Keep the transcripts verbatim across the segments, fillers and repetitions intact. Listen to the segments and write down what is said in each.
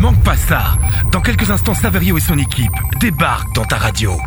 manque pas ça. Dans quelques instants, Saverio et son équipe débarquent dans ta radio.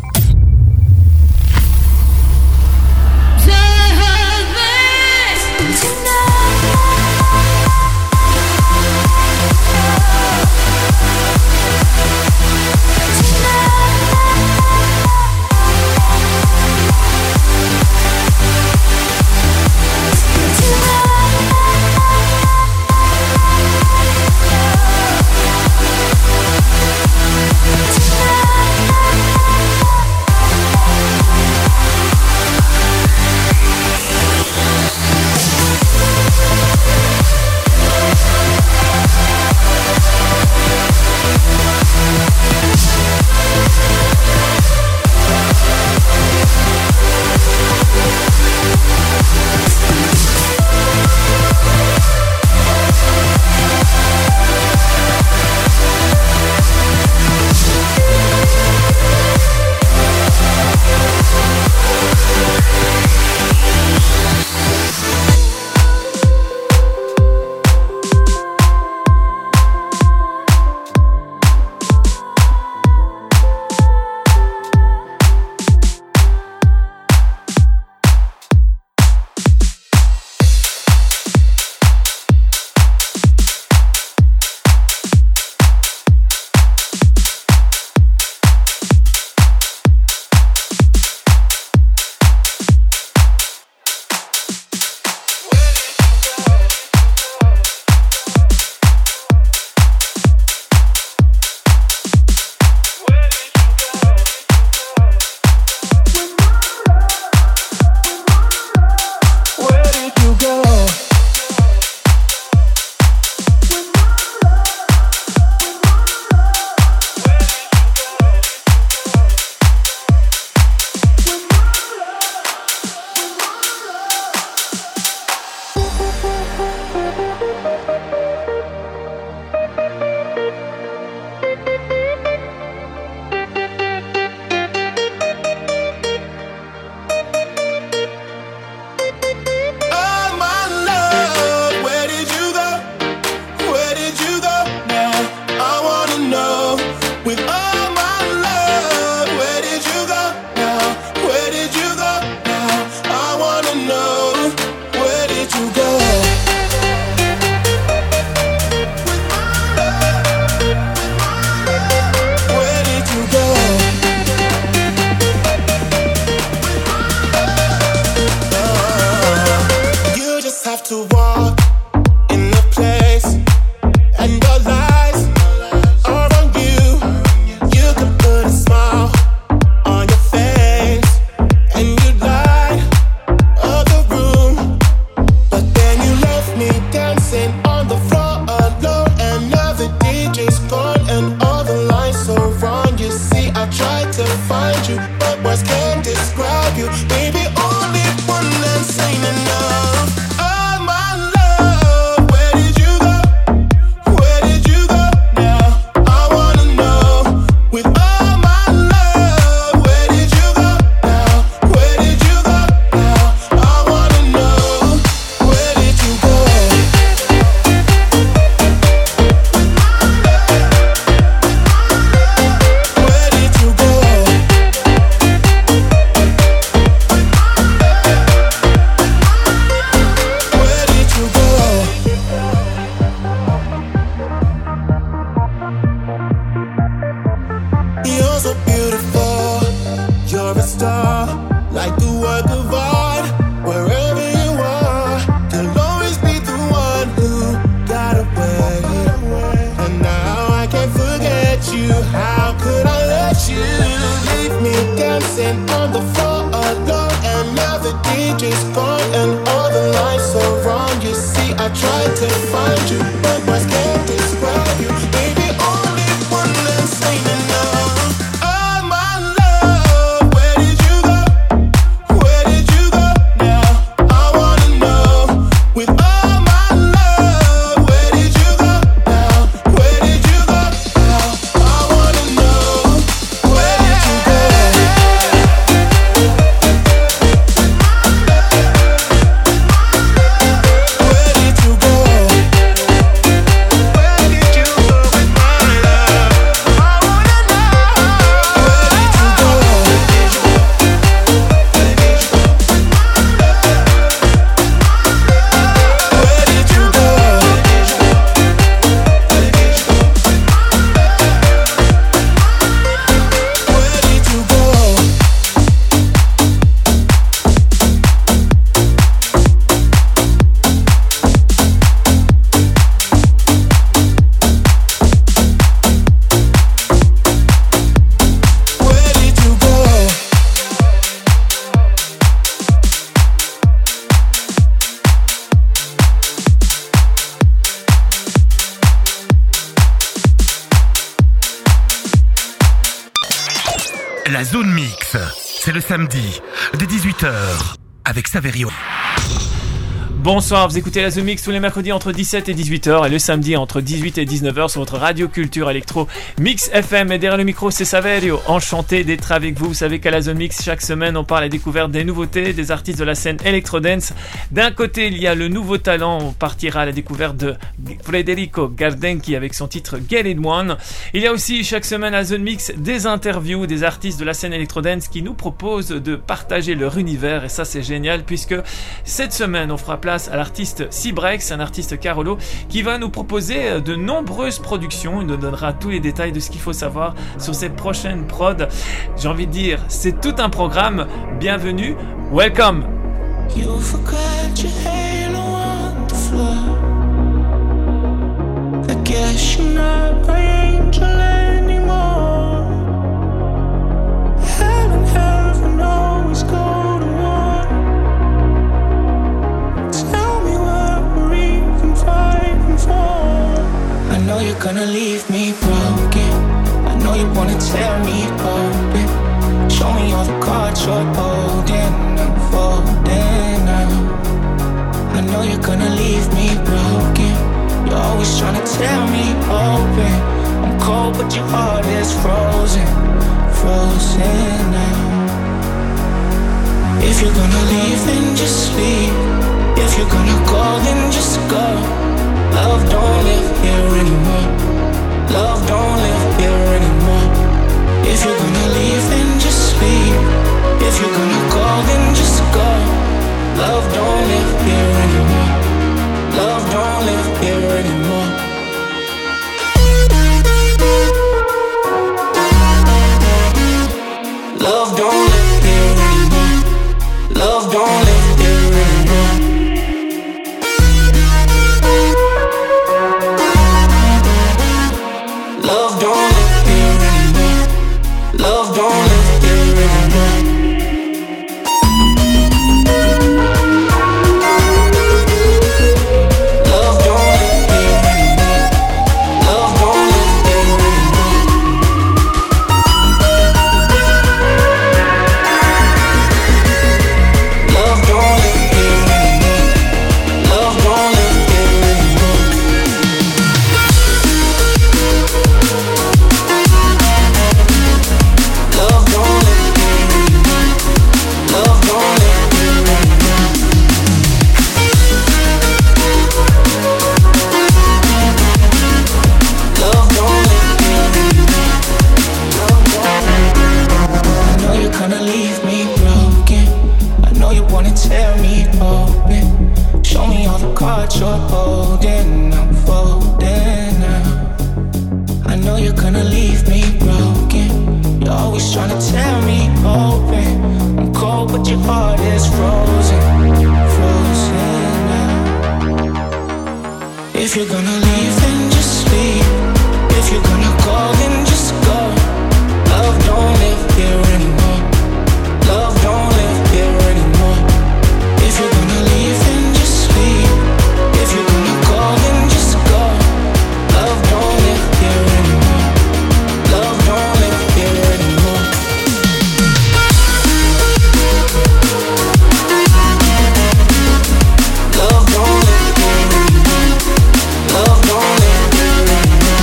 La zone mix, c'est le samedi, dès dix-huit heures, avec Saverio. Bonsoir, vous écoutez la The Mix tous les mercredis entre dix-sept et dix-huit heures et le samedi entre dix-huit et dix-neuf heures sur votre radio culture électro Mix F M. Et derrière le micro, c'est Saverio. Enchanté d'être avec vous. Vous savez qu'à la The Mix, chaque semaine, on parle à découverte des nouveautés, des artistes de la scène electro-dance. D'un côté, il y a le nouveau talent. On partira à la découverte de Federico Gardenki avec son titre Get It One. Il y a aussi chaque semaine à The Mix des interviews des artistes de la scène electro-dance qui nous proposent de partager leur univers. Et ça, c'est génial puisque cette semaine, on fera place à l'artiste Cibrex, un artiste Carolo, qui va nous proposer de nombreuses productions. Il nous donnera tous les détails de ce qu'il faut savoir sur ses prochaines prods. J'ai envie de dire, c'est tout un programme. Bienvenue, welcome. You forgot your halo on the floor. I guess you're not my angel anymore. Heaven, heaven, always go to war. Tell me what we're even fighting for. I know you're gonna leave me broken. I know you wanna tear me open. Show me all the cards you're holding. I'm folding now. I know you're gonna leave me broken. You're always trying to tear me open. I'm cold but your heart is frozen. Frozen now. If you're gonna leave then just leave. If you're gonna go then just go. Love don't live here anymore. Love don't live here anymore. If you're gonna leave then just leave. If you're gonna go then just go. Love don't live here anymore. Love don't live here anymore. Love don't live here anymore. Love don't live here anymore. Love don't live here anymore. Love don't live here anymore. Love don't live here anymore. Love don't live here anymore. Love don't live here anymore. Love don't live here anymore. Love don't live here anymore. Love don't live here anymore. Love don't live here anymore. I know you're gonna leave me broken. I know you wanna tear me open. Show me all the cards you're holding. I'm folding now. I know you're gonna leave me broken. You're always trying to tear me open. I'm cold but your heart is frozen. Frozen now. If you're gonna leave then just leave. If you're gonna go then just go. Love don't live here anymore. Love don't live here anymore. If you're gonna leave then just leave. If you're gonna go then just go. Love don't live here anymore. Love don't live here anymore. Love don't live here anymore. Love don't live here anymore.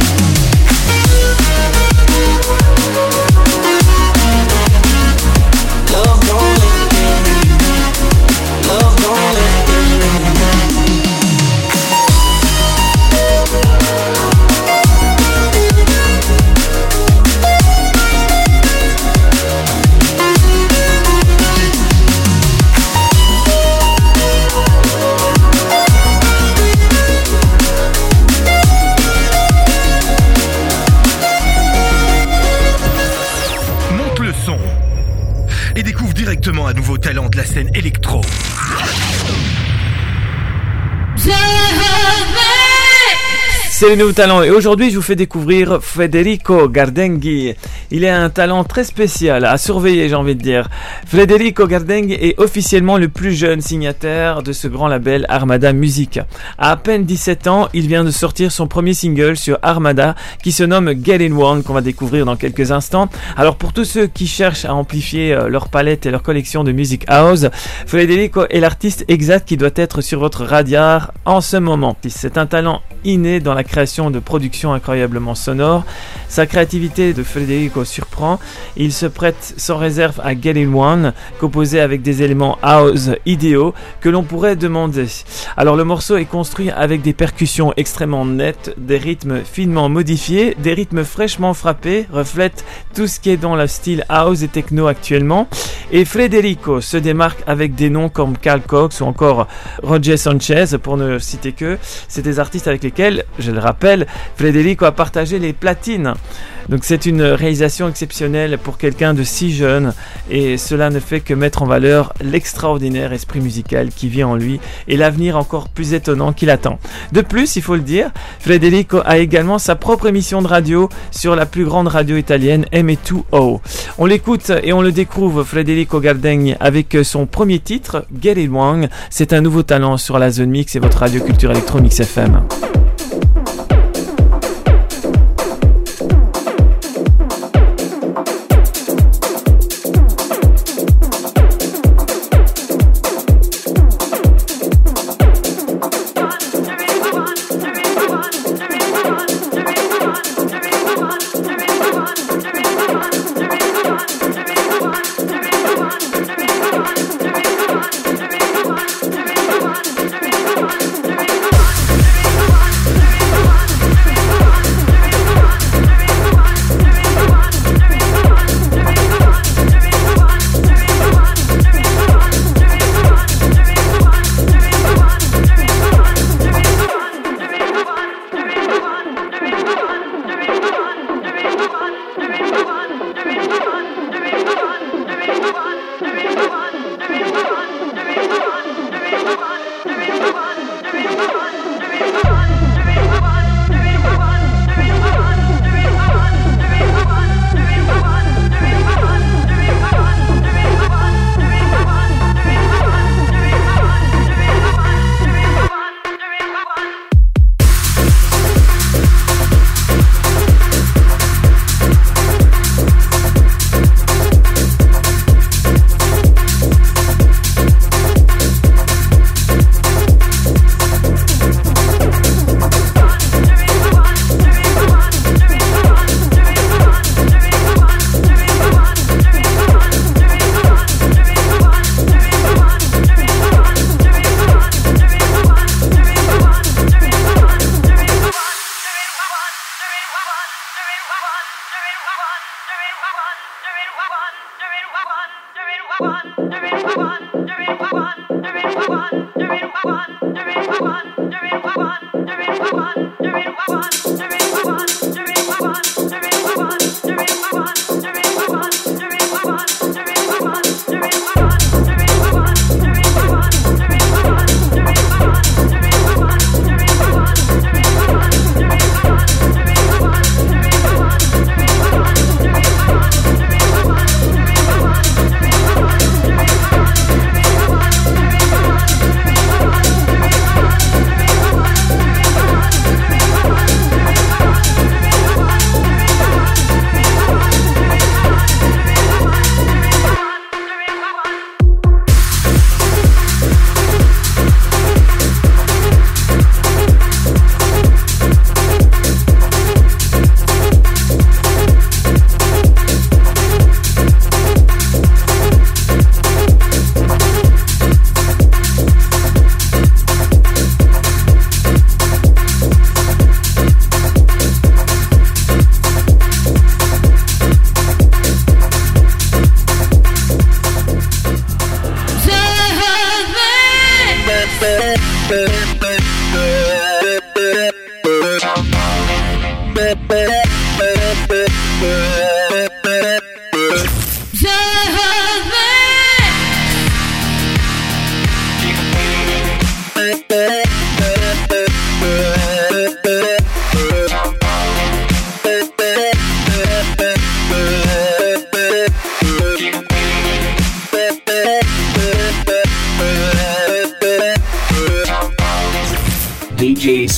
Love don't live here anymore. Love don't live here anymore. Monte le son et découvre directement un nouveau talent de la scène électro. C'est le nouveau talent et aujourd'hui je vous fais découvrir Federico Gardenghi. Il est un talent très spécial à surveiller, j'ai envie de dire. Federico Gardenghi est officiellement le plus jeune signataire de ce grand label Armada Music. À à peine dix-sept ans, il vient de sortir son premier single sur Armada qui se nomme Get In One, qu'on va découvrir dans quelques instants. Alors pour tous ceux qui cherchent à amplifier leur palette et leur collection de music house, Federico est l'artiste exact qui doit être sur votre radar en ce moment. C'est un talent inné dans la création de productions incroyablement sonores. Sa créativité de Federico surprend. Il se prête sans réserve à Get In One, composé avec des éléments house idéaux que l'on pourrait demander. Alors le morceau est construit avec des percussions extrêmement nettes, des rythmes finement modifiés, des rythmes fraîchement frappés, reflètent tout ce qui est dans le style house et techno actuellement. Et Federico se démarque avec des noms comme Carl Cox ou encore Roger Sanchez, pour ne citer que. C'est des artistes avec lesquels, je le rappelle, Federico a partagé les platines. Donc c'est une réalisation exceptionnelle pour quelqu'un de si jeune et cela ne fait que mettre en valeur l'extraordinaire esprit musical qui vit en lui et l'avenir encore plus étonnant qui l'attend. De plus, il faut le dire, Federico a également sa propre émission de radio sur la plus grande radio italienne M deux O. On l'écoute et on le découvre, Federico Gardenghi, avec son premier titre, Get It One. C'est un nouveau talent sur la Zone Mix et votre radio culture électro Mix F M.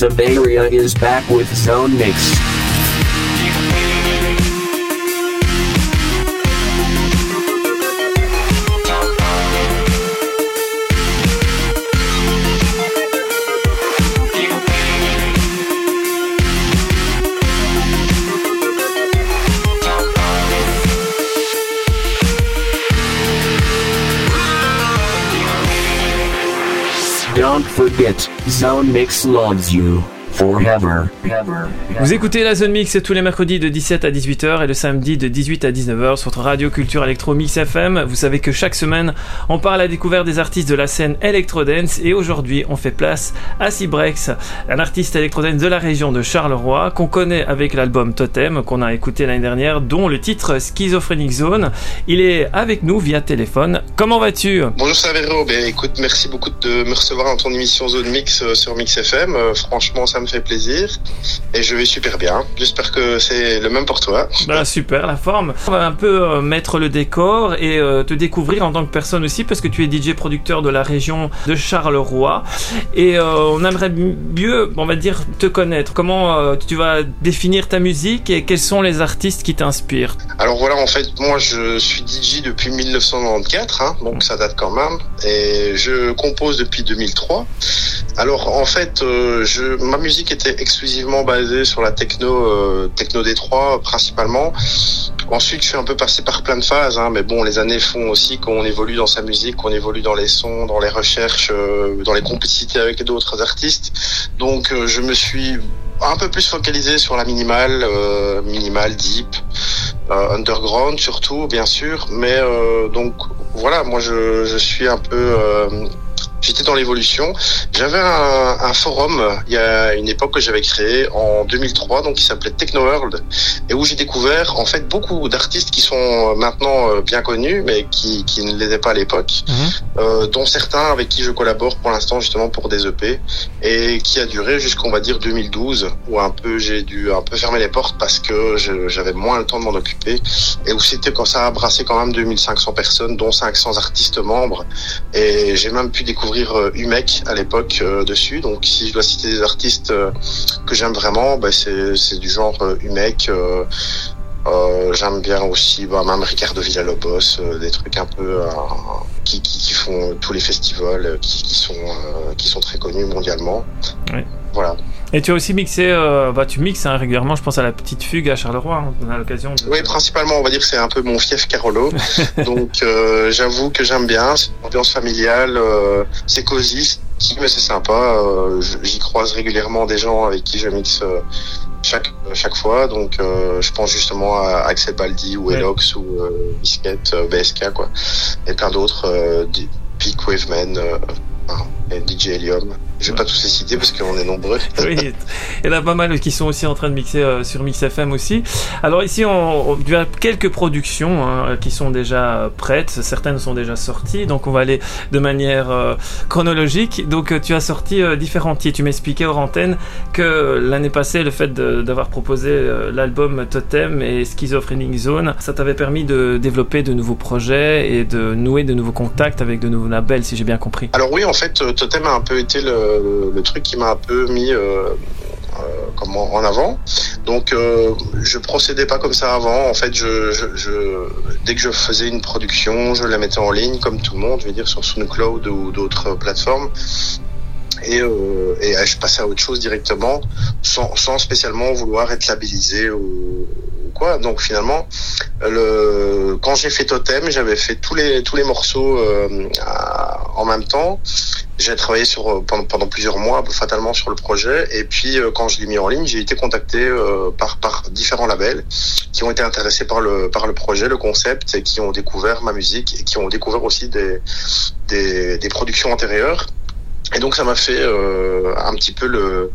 Savaria is back with Zone Mix. Don't forget, Zone Mix loves you. Forever, ever, ever. Vous écoutez la Zone Mix tous les mercredis de dix-sept à dix-huit heures et le samedi de dix-huit à dix-neuf heures sur votre radio culture électro Mix F M. Vous savez que chaque semaine, on parle à la découverte des artistes de la scène Electro-Dance et aujourd'hui, on fait place à Cybrex, un artiste Electro-Dance de la région de Charleroi qu'on connaît avec l'album Totem qu'on a écouté l'année dernière, dont le titre Schizophrenic Zone. Il est avec nous via téléphone. Comment vas-tu? Bonjour Savéro, ben, écoute, merci beaucoup de me recevoir dans ton émission Zone Mix euh, sur Mix F M. Euh, franchement, ça me fait plaisir et je vais super bien. J'espère que c'est le même pour toi. Bah, super, la forme. On va un peu euh, mettre le décor et euh, te découvrir en tant que personne aussi parce que tu es D J producteur de la région de Charleroi et euh, on aimerait mieux, on va dire, te connaître. Comment euh, tu vas définir ta musique et quels sont les artistes qui t'inspirent? Alors voilà, en fait, moi je suis D J depuis dix-neuf cent quatre-vingt-quatorze, hein, donc ça date quand même, et je compose depuis deux mille trois. Alors en fait, euh, je, ma musique était exclusivement basée sur la techno, euh, techno Détroit principalement. Ensuite, je suis un peu passé par plein de phases, hein, mais bon, les années font aussi qu'on évolue dans sa musique, qu'on évolue dans les sons, dans les recherches, euh, dans les complicités avec d'autres artistes. Donc, euh, je me suis un peu plus focalisé sur la minimale, euh, minimale, deep, euh, underground surtout, bien sûr. Mais euh, donc voilà, moi, je, je suis un peu euh, j'étais dans l'évolution. J'avais un, un forum, il y a une époque que j'avais créé en deux mille trois, donc qui s'appelait Techno World, et où j'ai découvert en fait beaucoup d'artistes qui sont maintenant bien connus, mais qui, qui ne l'étaient pas à l'époque, mmh. euh, dont certains avec qui je collabore pour l'instant justement pour des E P, et qui a duré jusqu'on va dire deux mille douze, où un peu j'ai dû un peu fermer les portes parce que je, j'avais moins le temps de m'en occuper, et où c'était quand ça a brassé quand même deux mille cinq cents personnes, dont cinq cents artistes membres, et j'ai même pu découvrir U M E C à l'époque euh, dessus. Donc si je dois citer des artistes euh, que j'aime vraiment, bah, c'est, c'est du genre euh, U M E C. Euh, euh, j'aime bien aussi bah, même Ricardo Villalobos, euh, des trucs un peu euh, qui, qui, qui font tous les festivals, euh, qui, qui sont euh, qui sont très connus mondialement. Oui. Voilà. Et tu as aussi mixé, euh, bah tu mixes hein, régulièrement, je pense à la petite fugue à Charleroi, hein, on a l'occasion de... Oui, principalement, on va dire que c'est un peu mon fief Carolo, donc euh, j'avoue que j'aime bien, c'est une ambiance familiale, euh, c'est cosy, mais c'est sympa, euh, j'y croise régulièrement des gens avec qui je mixe euh, chaque chaque fois, donc euh, je pense justement à Axel Baldi ou Elox, ouais. ou euh, Biscuit, euh, B S K, quoi, et plein d'autres, euh, Peak Waveman, euh, et D J Helium. Je vais pas tous les citer parce qu'on est nombreux. Oui, il y en a pas mal qui sont aussi en train de mixer euh, sur Mix F M aussi. Alors ici, on, on tu as quelques productions hein, qui sont déjà prêtes. Certaines sont déjà sorties. Donc on va aller de manière euh, chronologique. Donc euh, tu as sorti euh, différents titres. Tu m'expliquais hors antenne que l'année passée, le fait de, d'avoir proposé euh, l'album Totem et Schizophrenic Zone, ça t'avait permis de développer de nouveaux projets et de nouer de nouveaux contacts avec de nouveaux labels, si j'ai bien compris. Alors oui, en fait, Totem a un peu été le Le, le truc qui m'a un peu mis euh, euh, comment, en avant. Donc euh, je procédais pas comme ça avant. En fait, je, je, je, dès que je faisais une production, je la mettais en ligne comme tout le monde, je veux dire sur SoundCloud ou d'autres plateformes. Et, euh, et je passais à autre chose directement, sans, sans spécialement vouloir être labellisé ou, ou quoi. Donc finalement, le, quand j'ai fait Totem, j'avais fait tous les tous les morceaux euh, à, en même temps. J'ai travaillé sur pendant, pendant plusieurs mois fatalement sur le projet, et puis euh, quand je l'ai mis en ligne, j'ai été contacté euh, par par différents labels qui ont été intéressés par le par le projet, le concept, et qui ont découvert ma musique et qui ont découvert aussi des des, des productions antérieures. Et donc ça m'a fait euh, un petit peu le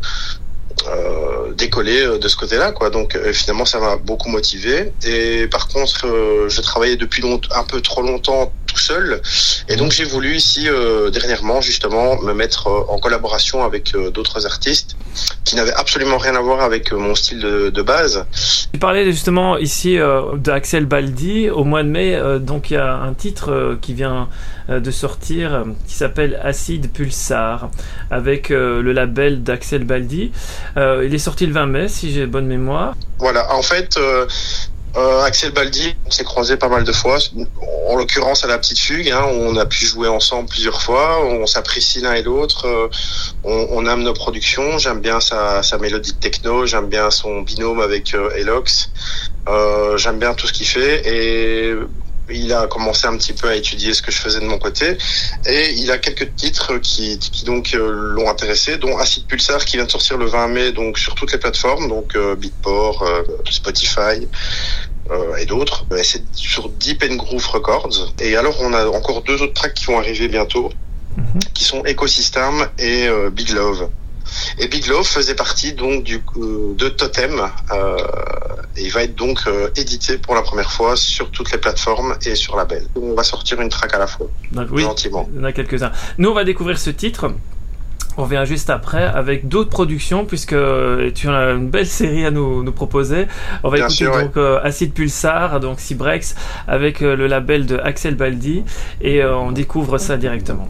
euh, décoller de ce côté-là, quoi. Donc euh, finalement ça m'a beaucoup motivé. Et par contre, euh, je travaillais depuis long- un peu trop longtemps tout seul. Et donc j'ai voulu ici euh, dernièrement justement me mettre euh, en collaboration avec euh, d'autres artistes qui n'avaient absolument rien à voir avec euh, mon style de, de base. Tu parlais justement ici euh, d'Axel Baldi au mois de mai. Euh, donc il y a un titre euh, qui vient euh, de sortir euh, qui s'appelle Acide Pulsar avec euh, le label d'Axel Baldi. Euh, il est sorti le vingt mai si j'ai bonne mémoire. Voilà, en fait. Euh, Euh, Axel Baldi, on s'est croisé pas mal de fois, en l'occurrence à la Petite Fugue, hein, on a pu jouer ensemble plusieurs fois, on s'apprécie l'un et l'autre, euh, on, on aime nos productions, j'aime bien sa, sa mélodie de techno, j'aime bien son binôme avec euh, Elox, euh, j'aime bien tout ce qu'il fait et il a commencé un petit peu à étudier ce que je faisais de mon côté et il a quelques titres qui, qui donc euh, l'ont intéressé, dont Acide Pulsar qui vient de sortir le vingt mai donc sur toutes les plateformes, donc euh, Beatport, euh, Spotify euh, et d'autres. Et c'est sur Deep and Groove Records. Et alors on a encore deux autres tracks qui vont arriver bientôt, mm-hmm. qui sont Ecosystem et euh, Big Love. Et Big Love faisait partie donc du euh, de Totem. Euh, et il va être donc euh, édité pour la première fois sur toutes les plateformes et sur label. On va sortir une track à la fois, donc, oui, gentiment. Il y en a quelques-uns. Nous, on va découvrir ce titre. On revient juste après avec d'autres productions puisque tu as une belle série à nous, nous proposer. On va Bien écouter sûr, donc ouais. euh, Acide Pulsar, donc Cibrex avec euh, le label de Axel Baldi et euh, on découvre ça directement.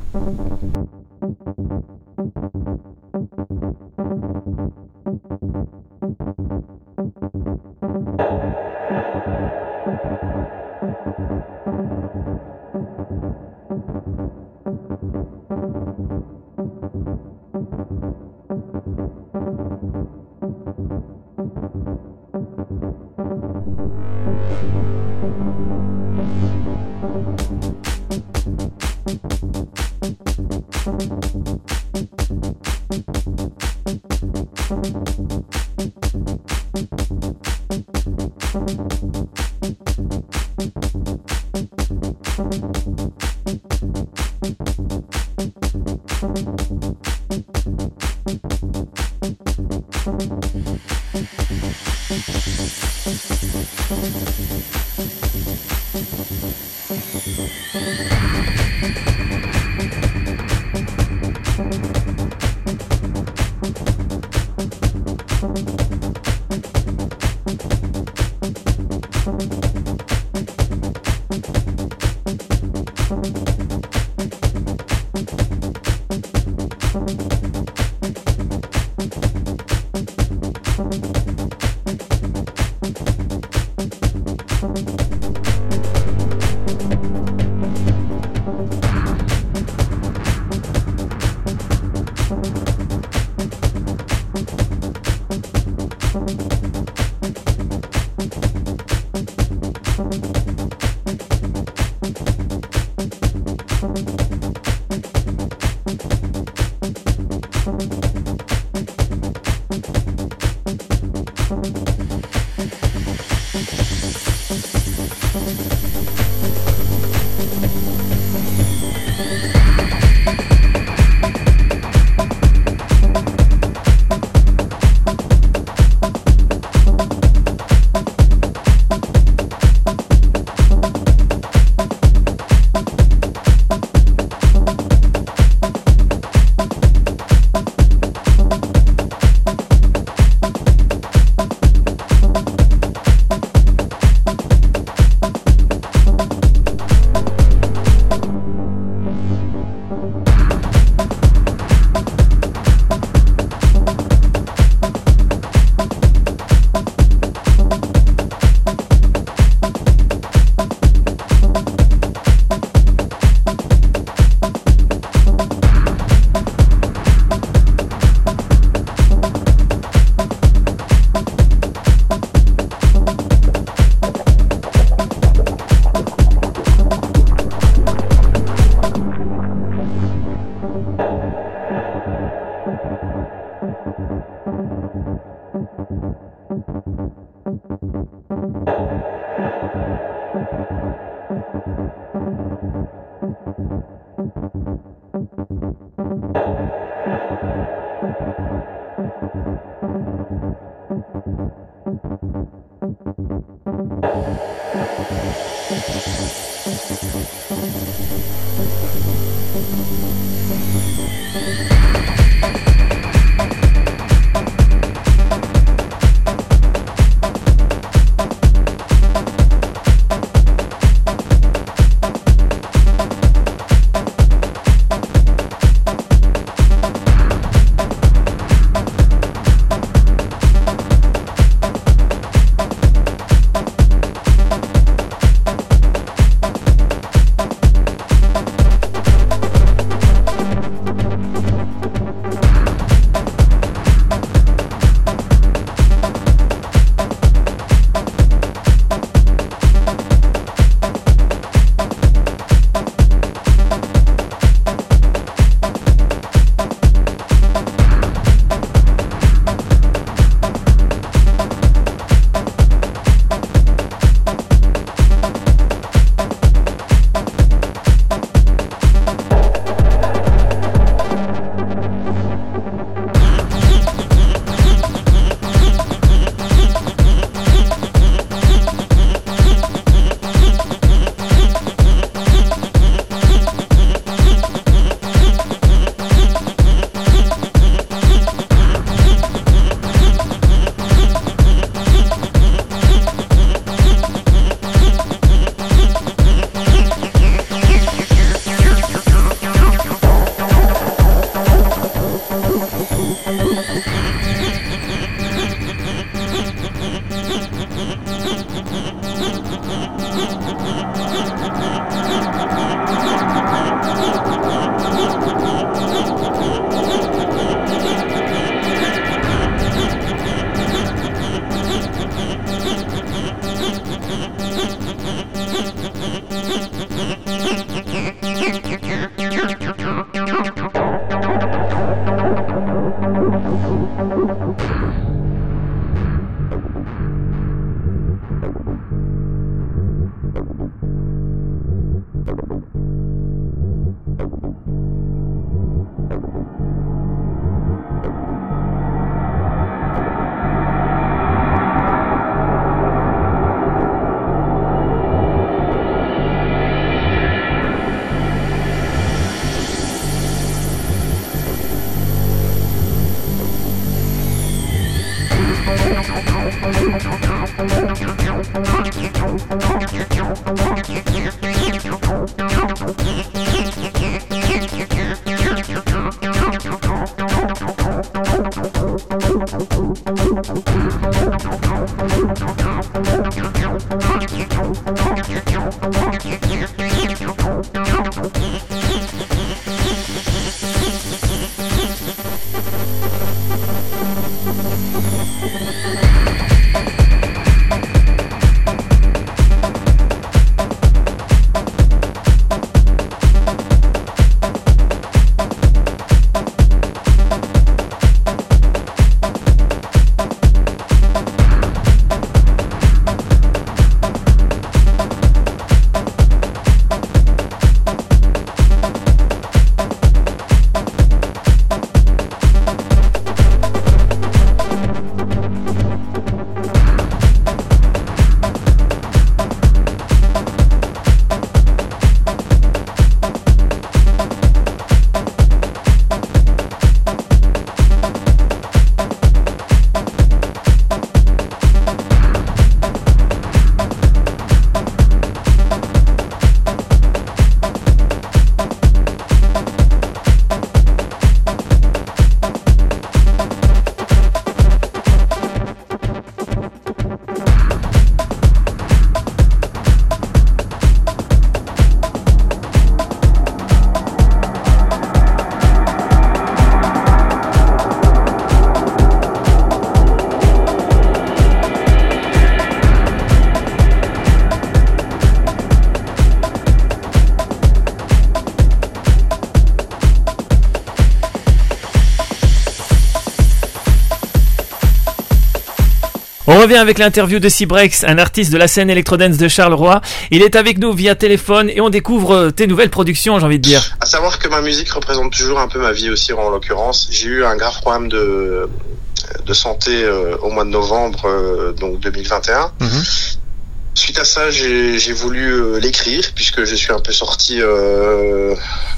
On revient avec l'interview de Cybrex, un artiste de la scène électrodance de Charleroi. Il est avec nous via téléphone et on découvre tes nouvelles productions, j'ai envie de dire. À savoir que ma musique représente toujours un peu ma vie aussi, en l'occurrence. J'ai eu un grave problème de, de santé euh, au mois de novembre euh, donc deux mille vingt et un. Mm-hmm. Suite à ça, j'ai, j'ai voulu euh, l'écrire puisque je suis un peu sorti euh,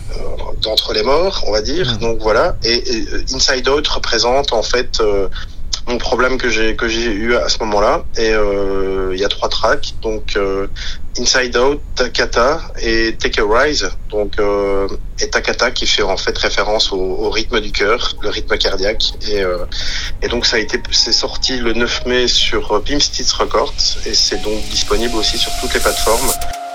d'entre les morts, on va dire. Mm-hmm. Donc voilà. Et, et Inside Out représente en fait euh, mon problème que j'ai que j'ai eu à ce moment-là. Et il euh, y a trois tracks, donc euh, Inside Out, Takata et Take a Rise. Donc euh, et Takata qui fait en fait référence au, au rythme du cœur, le rythme cardiaque. Et euh, et donc ça a été c'est sorti le neuf mai sur Pimp Stitz Records et c'est donc disponible aussi sur toutes les plateformes.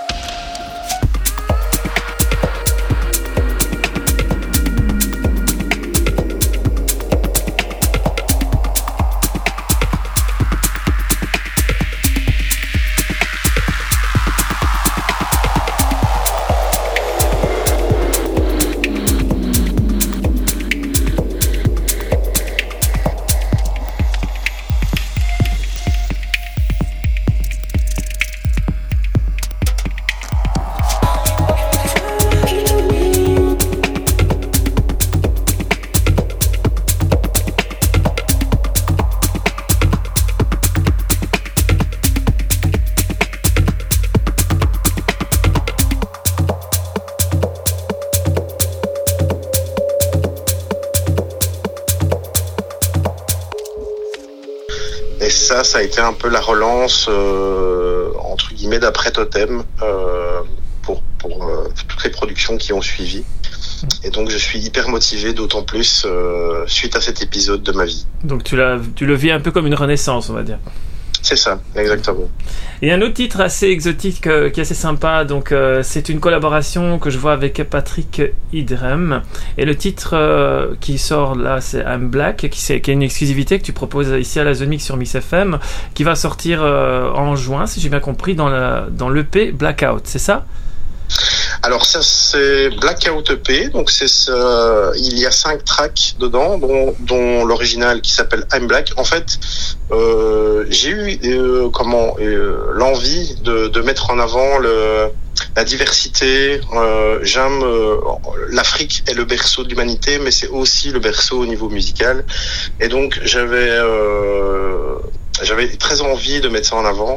Et ça, ça a été un peu la relance, euh, entre guillemets, d'après Totem, euh, pour, pour euh, toutes les productions qui ont suivi. Et donc, je suis hyper motivé, d'autant plus euh, suite à cet épisode de ma vie. Donc, tu, l'as, tu le vis un peu comme une renaissance, on va dire. C'est ça, exactement. Et un autre titre assez exotique euh, qui est assez sympa, donc euh, c'est une collaboration que je vois avec Patrick Idrem. Et le titre euh, qui sort là, c'est I'm Black, qui, c'est, qui est une exclusivité que tu proposes ici à la Zone Mix sur Mix F M, qui va sortir euh, en juin, si j'ai bien compris, dans, la, dans l'E P Blackout, c'est ça ? Alors ça c'est Blackout E P, donc c'est euh, il y a cinq tracks dedans, dont, dont l'original qui s'appelle I'm Black. En fait, euh, j'ai eu euh, comment euh, l'envie de, de mettre en avant le, la diversité. Euh, j'aime euh, l'Afrique est le berceau de l'humanité, mais c'est aussi le berceau au niveau musical. Et donc j'avais euh, j'avais très envie de mettre ça en avant.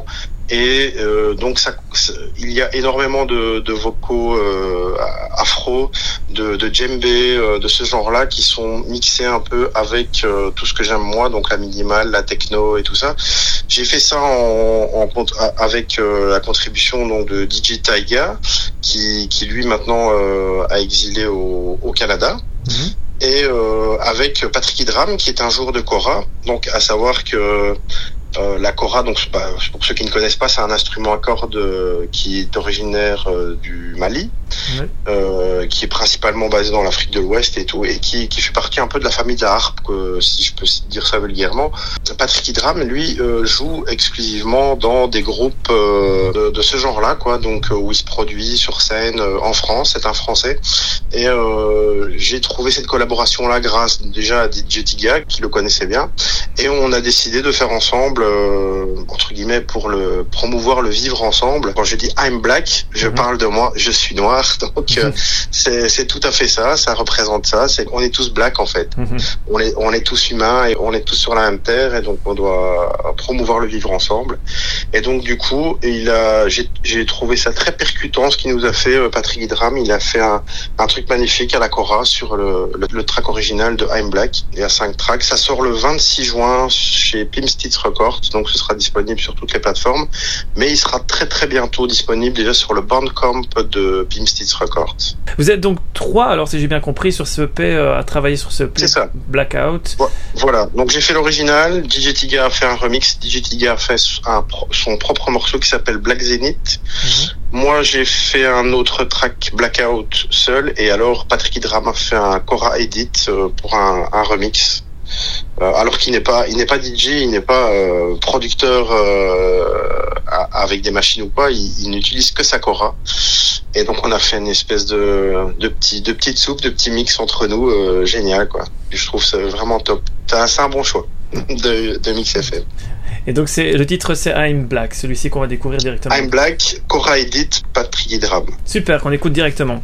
Et euh, donc ça, il y a énormément de, de vocaux euh, afro, de, de djembé, euh, de ce genre-là qui sont mixés un peu avec euh, tout ce que j'aime moi, donc la minimale, la techno et tout ça. J'ai fait ça en, en avec euh, la contribution donc de D J Taiga, qui, qui lui maintenant euh, a exilé au, au Canada. Mmh. Et euh, avec Patrick Idram, qui est un jour de kora. Donc à savoir que Euh, la kora, donc bah, pour ceux qui ne connaissent pas, c'est un instrument à cordes euh, qui est originaire euh, du Mali, ouais. euh, qui est principalement basé dans l'Afrique de l'Ouest et tout, et qui, qui fait partie un peu de la famille de la harpe, euh, si je peux dire ça vulgairement. Patrick Idram, lui, euh, joue exclusivement dans des groupes euh, de, de ce genre-là, quoi, donc euh, où il se produit sur scène euh, en France. C'est un Français, et euh, j'ai trouvé cette collaboration-là grâce déjà à D J Tiga, qui le connaissait bien, et on a décidé de faire ensemble. Euh, entre guillemets pour le promouvoir le vivre ensemble. Quand je dis I'm black, je mmh. parle de moi, je suis noir, donc euh, c'est c'est tout à fait ça, ça représente ça, c'est qu'on est tous black en fait. Mmh. On est on est tous humains et on est tous sur la même terre, et donc on doit promouvoir le vivre ensemble. Et donc du coup, il a j'ai j'ai trouvé ça très percutant ce qu'il nous a fait Patrick Idram, il a fait un un truc magnifique à la kora sur le le, le track original de I'm Black. Il y a cinq tracks, ça sort le vingt-six juin chez Pimstitz Records. Donc ce sera disponible sur toutes les plateformes, mais il sera très très bientôt disponible déjà sur le Bandcamp de Pimstitz Records. Vous êtes donc trois, alors si j'ai bien compris, sur ce E P, euh, à travailler sur ce E P. C'est ça. Blackout. Voilà, donc j'ai fait l'original, D J Tiga a fait un remix, D J Tiga a fait un, son propre morceau qui s'appelle Black Zenith. Mm-hmm. Moi j'ai fait un autre track Blackout seul, et alors Patrick Idram a fait un kora edit euh, pour un, un remix. Euh, alors qu'il n'est pas, il n'est pas D J, il n'est pas euh, producteur euh, avec des machines ou pas. Il, il n'utilise que sa kora. Et donc on a fait une espèce de de petit de petite soupe, de petit mix entre nous, euh, génial quoi. Je trouve ça vraiment top. C'est un bon choix de, de Mix F M. Et donc c'est le titre, c'est I'm Black, celui-ci qu'on va découvrir directement. I'm Black, kora edit, Patrick Idram. Super, qu'on écoute directement.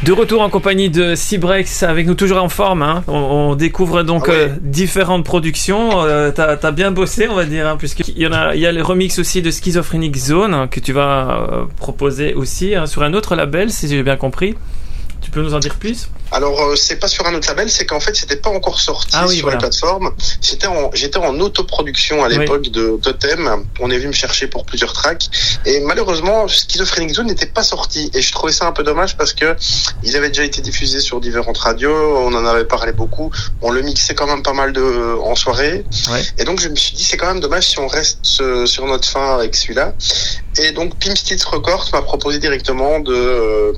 De retour en compagnie de Cybrex, avec nous toujours en forme. Hein. On, on découvre donc ah ouais. euh, différentes productions. Euh, t'as, t'as bien bossé, on va dire, hein, puisqu'il y en a, il y a le remix aussi de Schizophrenic Zone hein, que tu vas euh, proposer aussi hein, sur un autre label, si j'ai bien compris. Tu peux nous en dire plus ? Alors, euh, c'est pas sur un autre label, c'est qu'en fait, c'était pas encore sorti ah oui, sur voilà. les plateformes. J'étais en, j'étais en autoproduction à l'époque oui. de Totem. On est venu me chercher pour plusieurs tracks. Et malheureusement, Schizophrenic Zone n'était pas sorti. Et je trouvais ça un peu dommage parce que il avait déjà été diffusé sur différentes radios. On en avait parlé beaucoup. On le mixait quand même pas mal de, en soirée. Ouais. Et donc, je me suis dit, c'est quand même dommage si on reste euh, sur notre fin avec celui-là. Et donc, Pimp Stills Records m'a proposé directement de, euh,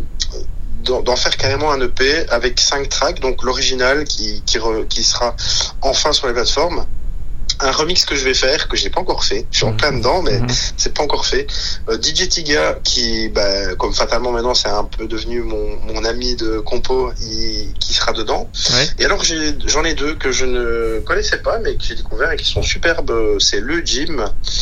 d'en faire carrément un E P avec cinq tracks, donc l'original qui qui, re, qui sera enfin sur les plateformes, un remix que je vais faire que j'ai pas encore fait, je suis en plein dedans mais mm-hmm. c'est pas encore fait. euh, D J Tiga qui bah, comme fatalement maintenant c'est un peu devenu mon mon ami de compo, il, qui sera dedans. Ouais. Et alors j'ai j'en ai deux que je ne connaissais pas mais que j'ai découvert et qui sont superbes. C'est le Jim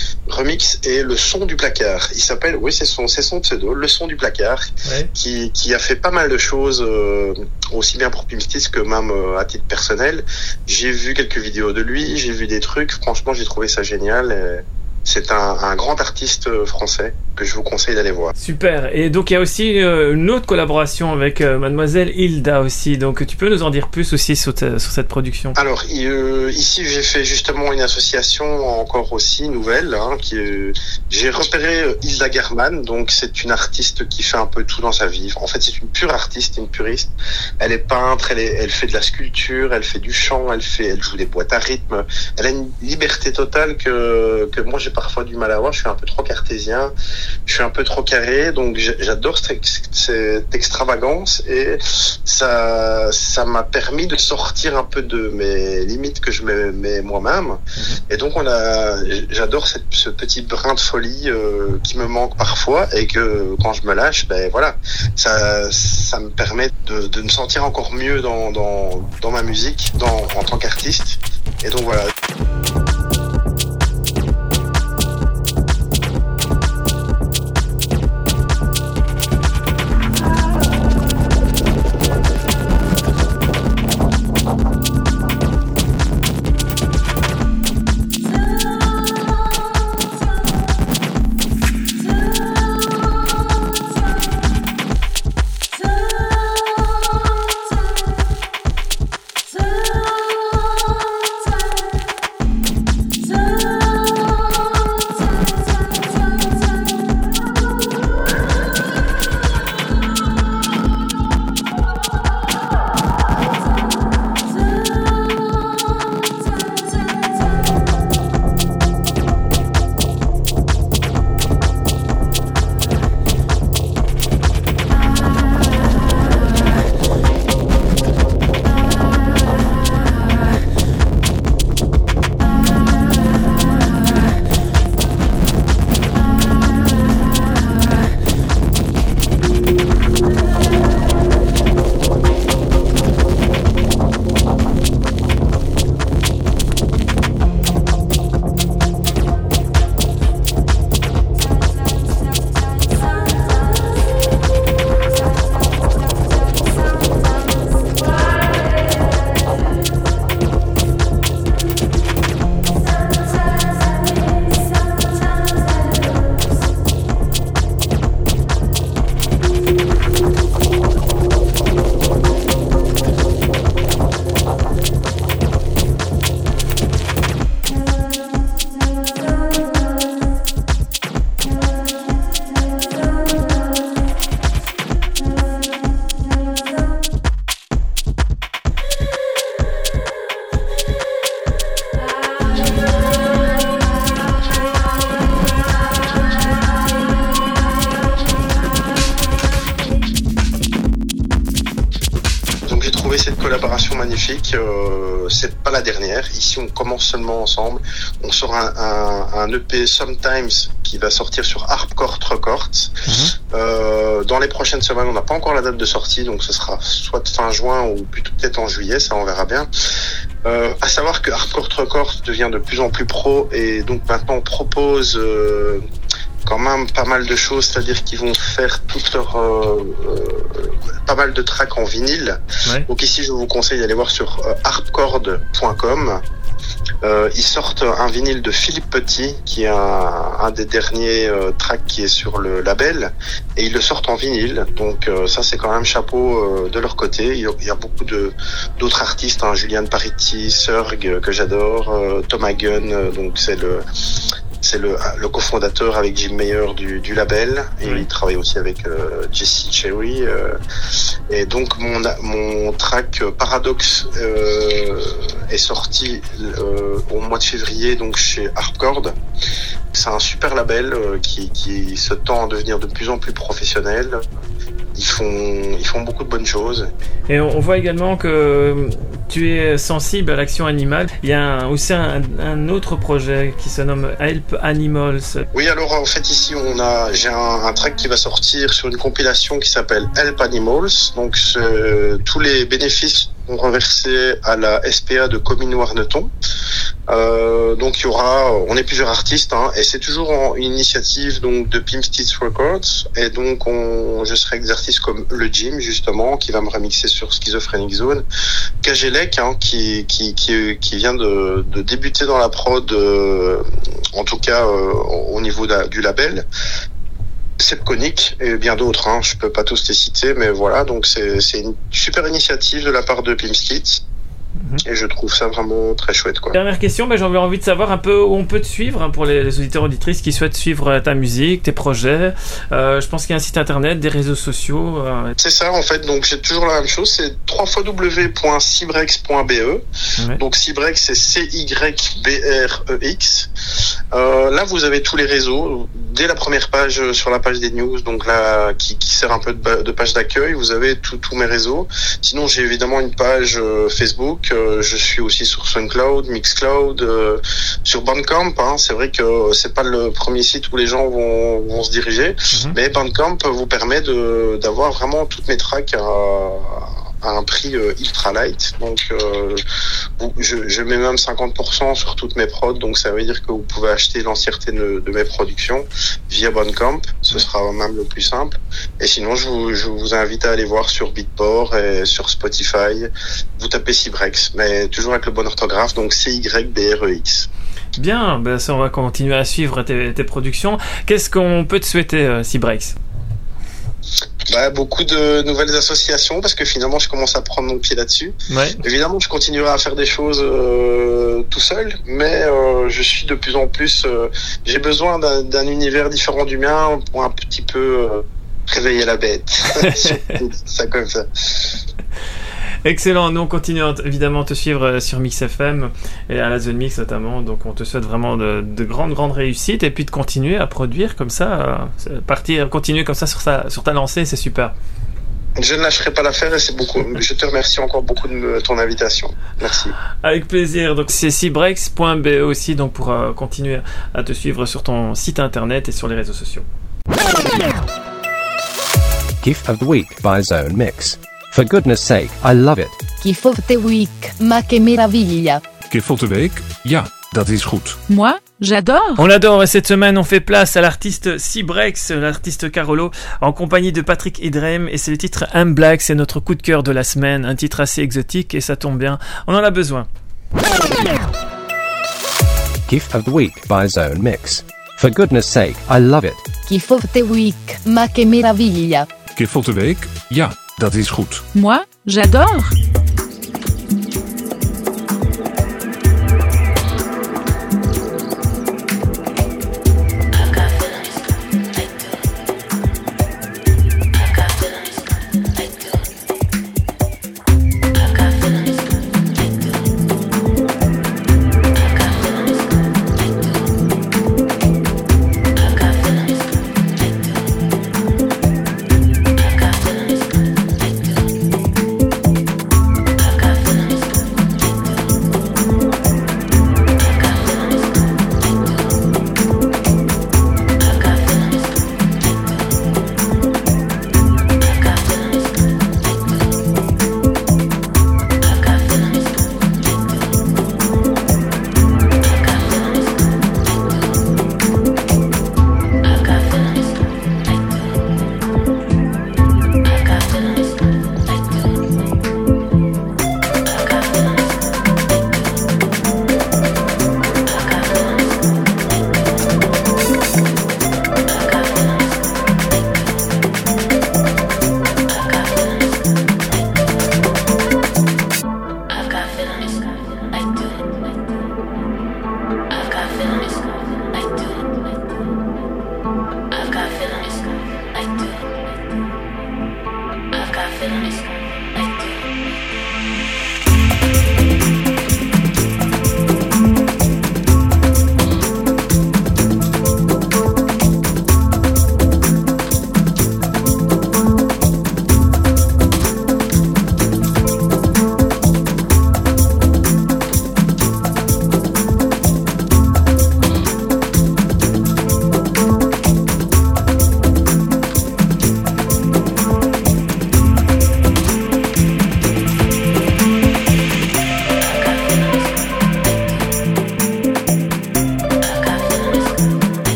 remix et le son du placard. Il s'appelle, oui c'est son c'est son pseudo, le son du placard, ouais. qui qui a fait pas mal de choses euh, aussi bien pour Pimp Stills que même euh, à titre personnel. J'ai vu quelques vidéos de lui, j'ai vu des trucs. Franchement, j'ai trouvé ça génial. Et c'est un, un grand artiste français que je vous conseille d'aller voir. Super. Et donc, il y a aussi euh, une autre collaboration avec euh, Mademoiselle Hilda aussi. Donc, tu peux nous en dire plus aussi sur, te, sur cette production ? Alors, euh, ici, j'ai fait justement une association encore aussi nouvelle. Hein, qui, euh, j'ai repéré euh, Hilda German. Donc, c'est une artiste qui fait un peu tout dans sa vie. En fait, c'est une pure artiste, une puriste. Elle est peintre, elle, est, elle fait de la sculpture, elle fait du chant, elle fait, elle joue des boîtes à rythme. Elle a une liberté totale que que moi j'ai parfois du mal à avoir. Je suis un peu trop cartésien, je suis un peu trop carré, donc j'adore cette, cette extravagance et ça ça m'a permis de sortir un peu de mes limites que je me mets moi-même. Mm-hmm. Et donc on a, j'adore cette, ce petit brin de folie euh, qui me manque parfois et que quand je me lâche, ben voilà, ça ça me permet de, de me sentir encore mieux dans dans dans ma musique, dans en tant qu'artiste. Et donc voilà. Magnifique, euh, c'est pas la dernière. Ici, on commence seulement ensemble. On sort un, un, un E P Sometimes qui va sortir sur Harpcourt Records. Mm-hmm. Euh, dans les prochaines semaines, on n'a pas encore la date de sortie, donc ce sera soit fin juin ou plutôt peut-être en juillet, ça on verra bien. Euh, à savoir que Harpcourt Records devient de plus en plus pro et donc maintenant on propose euh, quand même pas mal de choses, c'est-à-dire qu'ils vont faire toute leur euh, euh, pas mal de tracks en vinyle. Ouais. Donc ici, je vous conseille d'aller voir sur euh, harpchord point com. Euh, ils sortent un vinyle de Philippe Petit, qui est un, un des derniers euh, tracks qui est sur le label, et ils le sortent en vinyle. Donc euh, ça, c'est quand même chapeau euh, de leur côté. Il y a, il y a beaucoup de d'autres artistes, hein, Julian Pariti, Serg que j'adore, euh, Tom Hagen, euh, donc c'est le c'est le, le cofondateur avec Jim Mayer du, du label, et oui. il travaille aussi avec euh, Jesse Cherry. Euh, et donc mon, mon track Paradox euh, est sorti euh, au mois de février, donc chez Harpchord. C'est un super label euh, qui, qui se tend à devenir de plus en plus professionnel. Ils font, ils font beaucoup de bonnes choses. Et on voit également que tu es sensible à l'action animale. Il y a un, aussi un, un autre projet qui se nomme Help Animals. Oui, alors en fait ici on a, j'ai un, un track qui va sortir sur une compilation qui s'appelle Help Animals. Donc tous les bénéfices sont reversés à la S P A de Comines-Warneton. Euh, donc il y aura, on est plusieurs artistes, hein, et c'est toujours en, une initiative donc de Pimp Stitch Records, et donc on, je serai avec des artistes comme le Jim justement qui va me remixer sur Schizophrenic Zone, Kajelek hein, qui qui qui qui vient de, de débuter dans la prod, euh, en tout cas euh, au niveau de, du label. Sepconic et bien d'autres, hein, je peux pas tous les citer, mais voilà, donc c'est c'est une super initiative de la part de Pimp Stitch. Et je trouve ça vraiment très chouette, quoi. Dernière question, ben, j'avais envie de savoir un peu où on peut te suivre, hein, pour les, les auditeurs auditrices qui souhaitent suivre ta musique, tes projets. Euh, je pense qu'il y a un site internet, des réseaux sociaux. Euh... C'est ça en fait, donc j'ai toujours la même chose, c'est w w w point cibrex point b e. Ouais. Donc Cibrex c'est C Y B R E X. Euh, là vous avez tous les réseaux. Dès la première page sur la page des news, donc là qui, qui sert un peu de, de page d'accueil, vous avez tous mes réseaux. Sinon j'ai évidemment une page euh, Facebook. Euh, je suis aussi sur SoundCloud, Mixcloud, euh, sur Bandcamp. Hein, c'est vrai que c'est pas le premier site où les gens vont, vont se diriger, mm-hmm. mais Bandcamp vous permet de d'avoir vraiment toutes mes tracks à, à un prix euh, ultra light. Donc euh, je, je mets même cinquante pour cent sur toutes mes prods, donc ça veut dire que vous pouvez acheter l'entièreté de, de mes productions via Bandcamp. Ce sera même le plus simple. Et sinon, je vous, je vous invite à aller voir sur Beatport et sur Spotify. Vous tapez Cibrex, mais toujours avec le bon orthographe, donc C Y B R E X. Bien, ben ça, on va continuer à suivre tes, tes productions. Qu'est-ce qu'on peut te souhaiter, euh, Cibrex? Bah, beaucoup de nouvelles associations, parce que finalement je commence à prendre mon pied là-dessus. Ouais. Évidemment je continuerai à faire des choses euh, tout seul, mais euh, je suis de plus en plus euh, j'ai besoin d'un, d'un univers différent du mien pour un petit peu euh, réveiller la bête. Ça comme ça. Excellent, nous on continue évidemment à te suivre sur Mix F M et à la Zone Mix notamment, donc on te souhaite vraiment de, de grandes grandes réussites et puis de continuer à produire comme ça, euh, partir, continuer comme ça sur, sa, sur ta lancée, c'est super. Je ne lâcherai pas l'affaire et c'est beaucoup. Je te remercie encore beaucoup de ton invitation. Merci. Avec plaisir. Donc c'est cibrex point b e aussi, donc pour euh, continuer à te suivre sur ton site internet et sur les réseaux sociaux. Gift of the Week by Zone Mix. For goodness sake, I love it. Gift of the Week, ma che meraviglia. Gift of the Week, ja, dat is goed. Moi, j'adore. On l'adore et cette semaine on fait place à l'artiste Cibrex, l'artiste Carolo, en compagnie de Patrick Idrem, et c'est le titre I'm Black, c'est notre coup de cœur de la semaine, un titre assez exotique et ça tombe bien, on en a besoin. Gift of the Week by Zone Mix. For goodness sake, I love it. Gift of the Week, ma che meraviglia. Gift of the Week, ja, dat is goed. Moi, j'adore.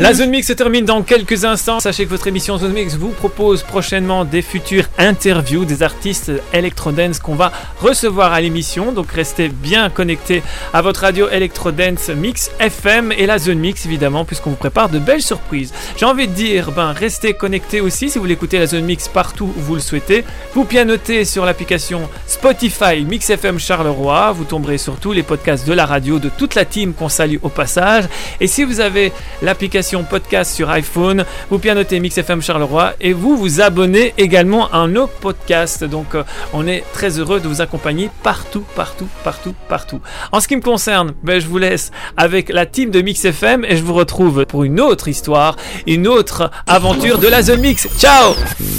La Zone Mix se termine dans quelques instants. Sachez que votre émission Zone Mix vous propose prochainement des futures interviews des artistes Electrodance qu'on va recevoir à l'émission. Donc restez bien connectés à votre radio Electrodance Mix F M et la Zone Mix évidemment, puisqu'on vous prépare de belles surprises. J'ai envie de dire, ben restez connectés aussi si vous voulez écouter la Zone Mix partout où vous le souhaitez. Vous pianotez sur l'application Spotify Mix F M Charleroi. Vous tomberez sur tous les podcasts de la radio, de toute la team qu'on salue au passage. Et si vous avez l'application podcast sur iPhone, vous pianotez Mix F M Charleroi et vous vous abonnez également à nos podcasts. Donc euh, on est très heureux de vous accompagner partout, partout, partout, partout. En ce qui me concerne, ben, je vous laisse avec la team de Mix F M et je vous retrouve pour une autre histoire, une autre aventure de la Zone Mix. Ciao!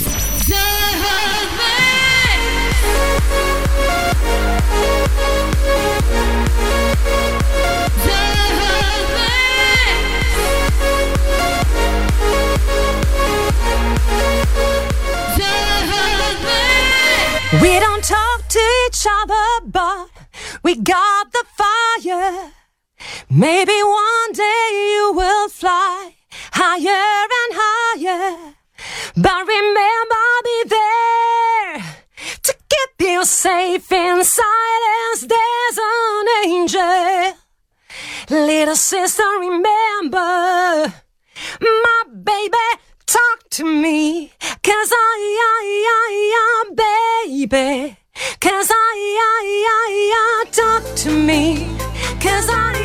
We don't talk to each other, but we got the fire. Maybe one day you will fly higher and higher. But remember, I'll be there to keep you safe in silence. There's an angel. Little sister, remember, my baby, talk to me. Cause I, I, I, I, baby. Cause I, I, I, I, talk to me. Cause I,